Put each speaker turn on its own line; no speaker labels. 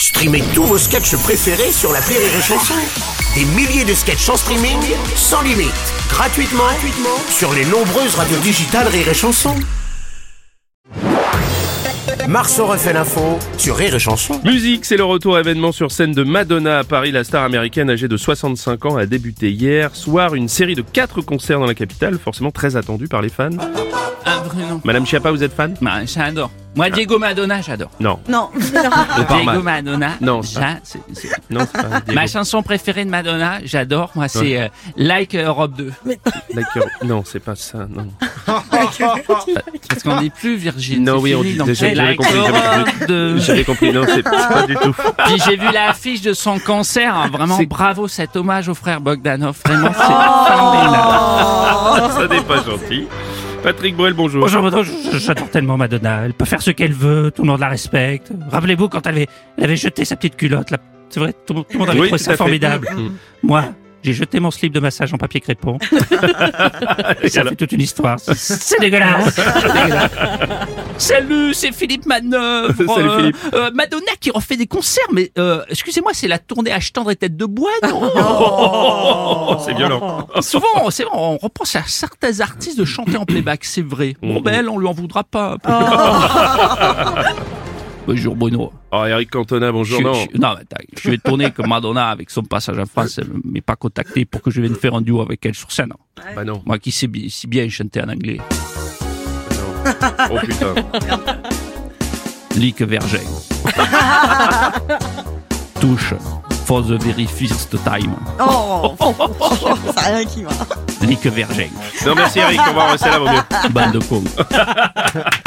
Streamez tous vos sketchs préférés sur l'appli Rire et Chanson. Des milliers de sketchs en streaming, sans limite, gratuitement sur les nombreuses radios digitales Rire et Chanson. Marceau refait l'info sur Rire et Chanson.
Musique, c'est le retour événement sur scène de Madonna à Paris. La star américaine âgée de 65 ans a débuté hier soir une série de 4 concerts dans la capitale, forcément très attendue par les fans.
Ah, Bruno.
Madame Chiappa, vous êtes fan?
Bah, j'adore. Moi, Diego Madonna, j'adore.
Non.
Non.
Diego Madonna.
Non, c'est pas. Non, c'est pas Diego.
Ma chanson préférée de Madonna, j'adore. Moi, c'est Like Europe 2.
Non, c'est pas ça, non.
Parce qu'on dit plus Virgin.
Non,
c'est
oui, on
fini,
dit
donc
déjà,
c'est
j'avais
Like
compris.
Europe 2.
J'avais compris, non, c'est pas du tout.
Puis j'ai vu l'affiche de son concert. Hein, vraiment,
C'est-
bravo, cet hommage au frère Bogdanov. Vraiment, c'est formidable.
Ça n'est pas gentil. Patrick Bruel, bonjour.
Bonjour, Bruno, j'adore tellement Madonna. Elle peut faire ce qu'elle veut, tout le monde la respecte. Rappelez-vous quand elle avait jeté sa petite culotte, là. C'est vrai, tout le monde avait
Oui,
trouvé
tout à
ça
fait.
formidable. Moi, j'ai jeté mon slip de massage en papier crépon. Ça fait toute une histoire. C'est dégueulasse.
Salut, c'est Philippe Manœuvre.
Salut, Philippe.
Madonna qui refait des concerts, mais excusez-moi, c'est la tournée Âge tendre et tête de bois, non?
Oh, c'est violent.
Souvent, c'est vrai, on reproche à certains artistes de chanter en playback, c'est vrai. Bon, ben elle, on lui en voudra pas. Bonjour Bruno.
Oh, Eric Cantona, bonjour. Non.
Non, mais attends, je vais tourner comme Madonna avec son passage en France, mais pas contacté pour que je vienne faire un duo avec elle sur scène.
Bah non.
Moi qui sais si bien chanter en anglais.
Non. Oh putain.
Lick Vergin. Touche. For the very first time.
Oh, ça a rien qui va.
Lick Vergin.
Non, merci Eric, on va rester là, vaut mieux.
Bande de cons.